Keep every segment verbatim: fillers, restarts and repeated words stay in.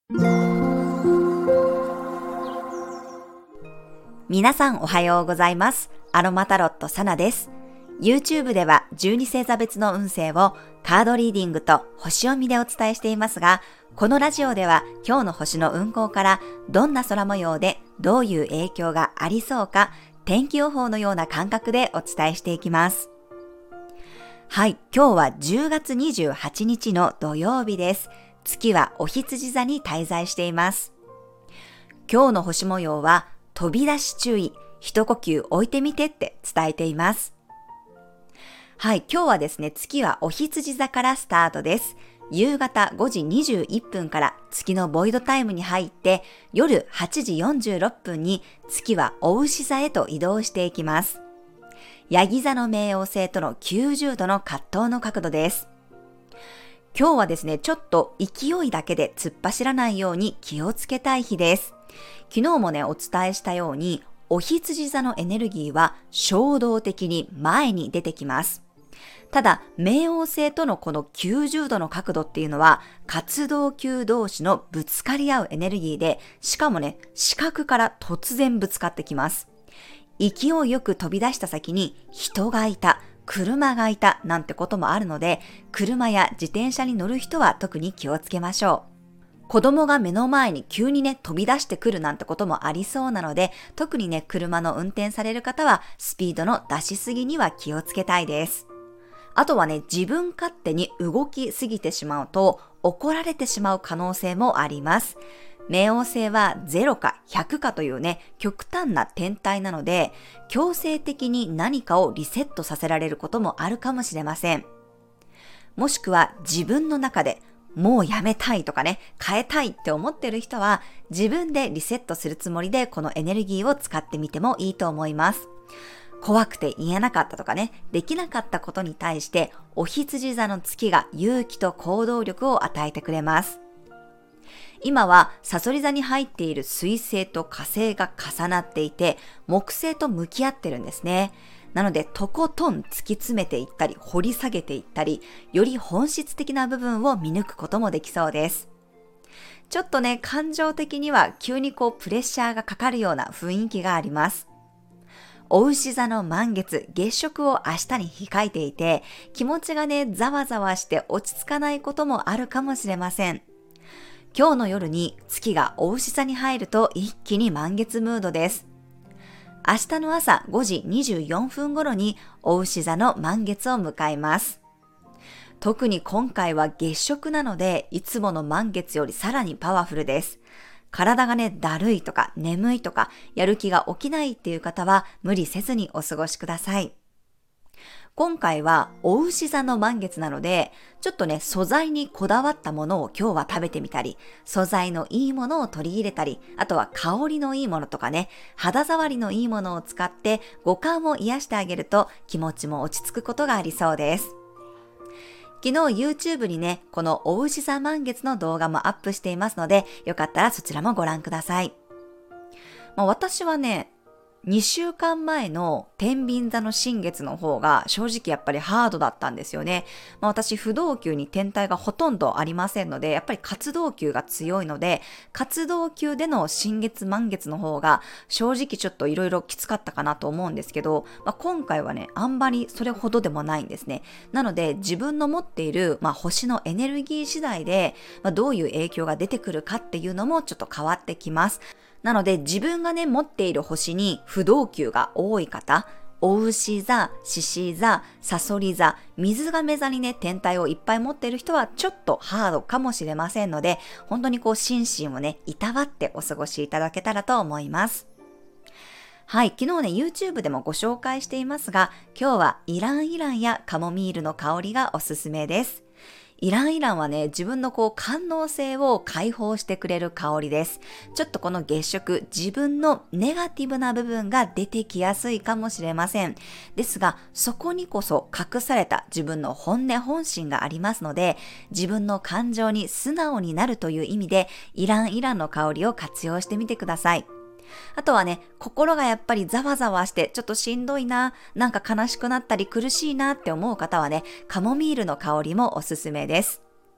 皆さんおはようございます。アロマタロットサナです。YouTube ではじゅうに星座別の運勢をカードリーディングと星読みでお伝えしていますが、このラジオでは今日の星の運行からどんな空模様でどういう影響がありそうか、天気予報のような感覚でお伝えしていきます。はい、今日はじゅうがつにじゅうはちにちの土曜日です。月はお羊座に滞在しています。今日の星模様は飛び出し注意、一呼吸置いてみてって伝えています。はい、今日はですね、月はお羊座からスタートです。夕方ごじにじゅういっぷんから月のボイドタイムに入って、夜はちじよんじゅうろっぷんに月はお牛座へと移動していきます。ヤギ座の冥王星とのきゅうじゅうどの葛藤の角度です。今日はですね、ちょっと勢いだけで突っ走らないように気をつけたい日です。昨日もね、お伝えしたように、お羊座のエネルギーは衝動的に前に出てきます。ただ、冥王星とのこのきゅうじゅうどの角度っていうのは、活動球同士のぶつかり合うエネルギーで、しかもね、視覚から突然ぶつかってきます。勢いよく飛び出した先に人がいた、車がいたなんてこともあるので、車や自転車に乗る人は特に気をつけましょう。子供が目の前に急にね飛び出してくるなんてこともありそうなので、特にね車の運転される方はスピードの出しすぎには気をつけたいです。あとはね、自分勝手に動きすぎてしまうと怒られてしまう可能性もあります。冥王星はゼロかひゃくかというね極端な天体なので、強制的に何かをリセットさせられることもあるかもしれません。もしくは自分の中でもうやめたいとかね、変えたいって思ってる人は自分でリセットするつもりでこのエネルギーを使ってみてもいいと思います。怖くて言えなかったとかね、できなかったことに対してお羊座の月が勇気と行動力を与えてくれます。今は蠍座に入っている水星と火星が重なっていて、木星と向き合ってるんですね。なので、とことん突き詰めていったり、掘り下げていったり、より本質的な部分を見抜くこともできそうです。ちょっとね、感情的には急にこうプレッシャーがかかるような雰囲気があります。お牛座の満月、月食を明日に控えていて、気持ちがね、ざわざわして落ち着かないこともあるかもしれません。今日の夜に月がお牛座に入ると一気に満月ムードです。明日の朝ごじにじゅうよんぷん頃にお牛座の満月を迎えます。特に今回は月食なので、いつもの満月よりさらにパワフルです。体がね、だるいとか眠いとかやる気が起きないっていう方は無理せずにお過ごしください。今回はお牛座の満月なので、ちょっとね、素材にこだわったものを今日は食べてみたり、素材のいいものを取り入れたり、あとは香りのいいものとかね、肌触りのいいものを使って五感を癒してあげると気持ちも落ち着くことがありそうです。昨日 YouTube にね、このお牛座満月の動画もアップしていますので、よかったらそちらもご覧ください。まあ、私はね、にしゅうかんまえの天秤座の新月の方が正直やっぱりハードだったんですよね。まあ、私不動級に天体がほとんどありませんので、やっぱり活動級が強いので、活動級での新月満月の方が正直ちょっといろいろきつかったかなと思うんですけど、まあ、今回はね、あんまりそれほどでもないんですね。なので自分の持っている、まあ、星のエネルギー次第で、まあ、どういう影響が出てくるかっていうのもちょっと変わってきます。なので自分がね持っている星に不動級が多い方、お牛座、獅子座、さそり座、水亀座にね天体をいっぱい持っている人はちょっとハードかもしれませんので、本当にこう心身をねいたわってお過ごしいただけたらと思います。はい、昨日ね YouTube でもご紹介していますが、今日はイランイランやカモミールの香りがおすすめです。イランイランはね、自分のこう官能性を解放してくれる香りです。ちょっとこの月食、自分のネガティブな部分が出てきやすいかもしれません。ですが、そこにこそ隠された自分の本音本心がありますので、自分の感情に素直になるという意味で、イランイランの香りを活用してみてください。あとはね、心がやっぱりざわざわしてちょっとしんどいな、なんか悲しくなったり苦しいなって思う方はね、カモミールの香りもおすすめです。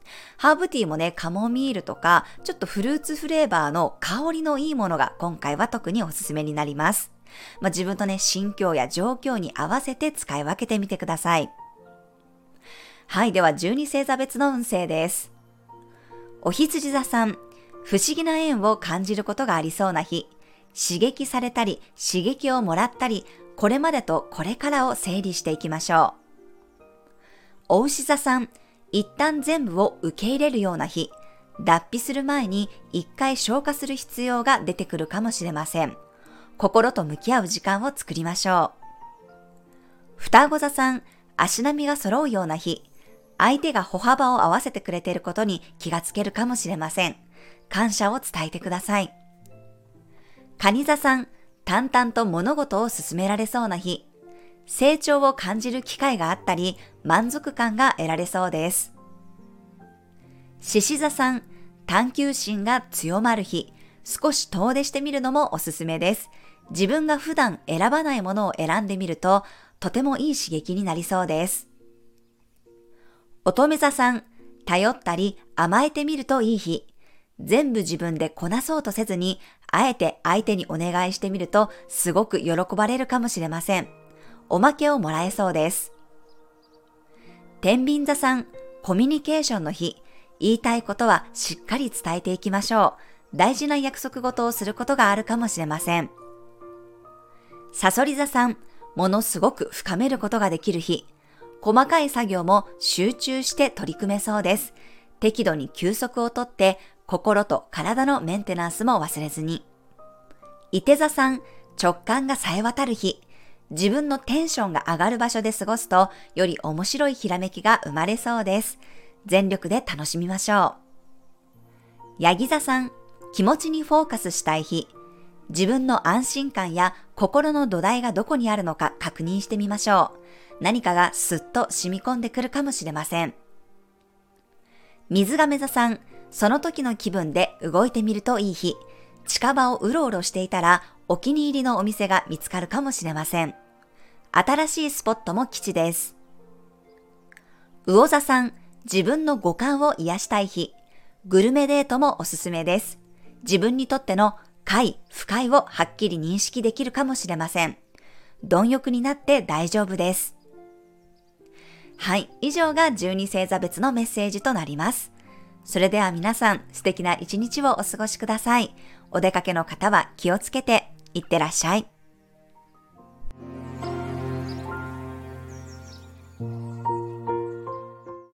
ハーブティーもね、カモミールとか、ちょっとフルーツフレーバーの香りのいいものが今回は特におすすめになります。まあ、自分のね、心境や状況に合わせて使い分けてみてください。はい、ではじゅうに星座別の運勢です。お羊座さん、不思議な縁を感じることがありそうな日、刺激されたり、刺激をもらったり、これまでとこれからを整理していきましょう。お牛座さん、一旦全部を受け入れるような日、脱皮する前に一回消化する必要が出てくるかもしれません。心と向き合う時間を作りましょう。双子座さん、足並みが揃うような日、相手が歩幅を合わせてくれていることに気がつけるかもしれません。感謝を伝えてください。蟹座さん、淡々と物事を進められそうな日、成長を感じる機会があったり、満足感が得られそうです。獅子座さん、探求心が強まる日、少し遠出してみるのもおすすめです。自分が普段選ばないものを選んでみると、とてもいい刺激になりそうです。乙女座さん、頼ったり甘えてみるといい日。全部自分でこなそうとせずに、あえて相手にお願いしてみると、すごく喜ばれるかもしれません。おまけをもらえそうです。天秤座さん、コミュニケーションの日、言いたいことはしっかり伝えていきましょう。大事な約束事をすることがあるかもしれません。さそり座さん、ものすごく深めることができる日、細かい作業も集中して取り組めそうです。適度に休息をとって、心と体のメンテナンスも忘れずに。いて座さん、直感が冴え渡る日、自分のテンションが上がる場所で過ごすと、より面白いひらめきが生まれそうです。全力で楽しみましょう。ヤギ座さん、気持ちにフォーカスしたい日、自分の安心感や心の土台がどこにあるのか確認してみましょう。何かがスッと染み込んでくるかもしれません。水亀座さん、その時の気分で動いてみるといい日、近場をうろうろしていたらお気に入りのお店が見つかるかもしれません。新しいスポットも吉です。魚座さん、自分の五感を癒したい日、グルメデートもおすすめです。自分にとっての快、不快をはっきり認識できるかもしれません。貪欲になって大丈夫です。はい、以上がじゅうに星座別のメッセージとなります。それでは皆さん、素敵な一日をお過ごしください。お出かけの方は気をつけていってらっしゃい。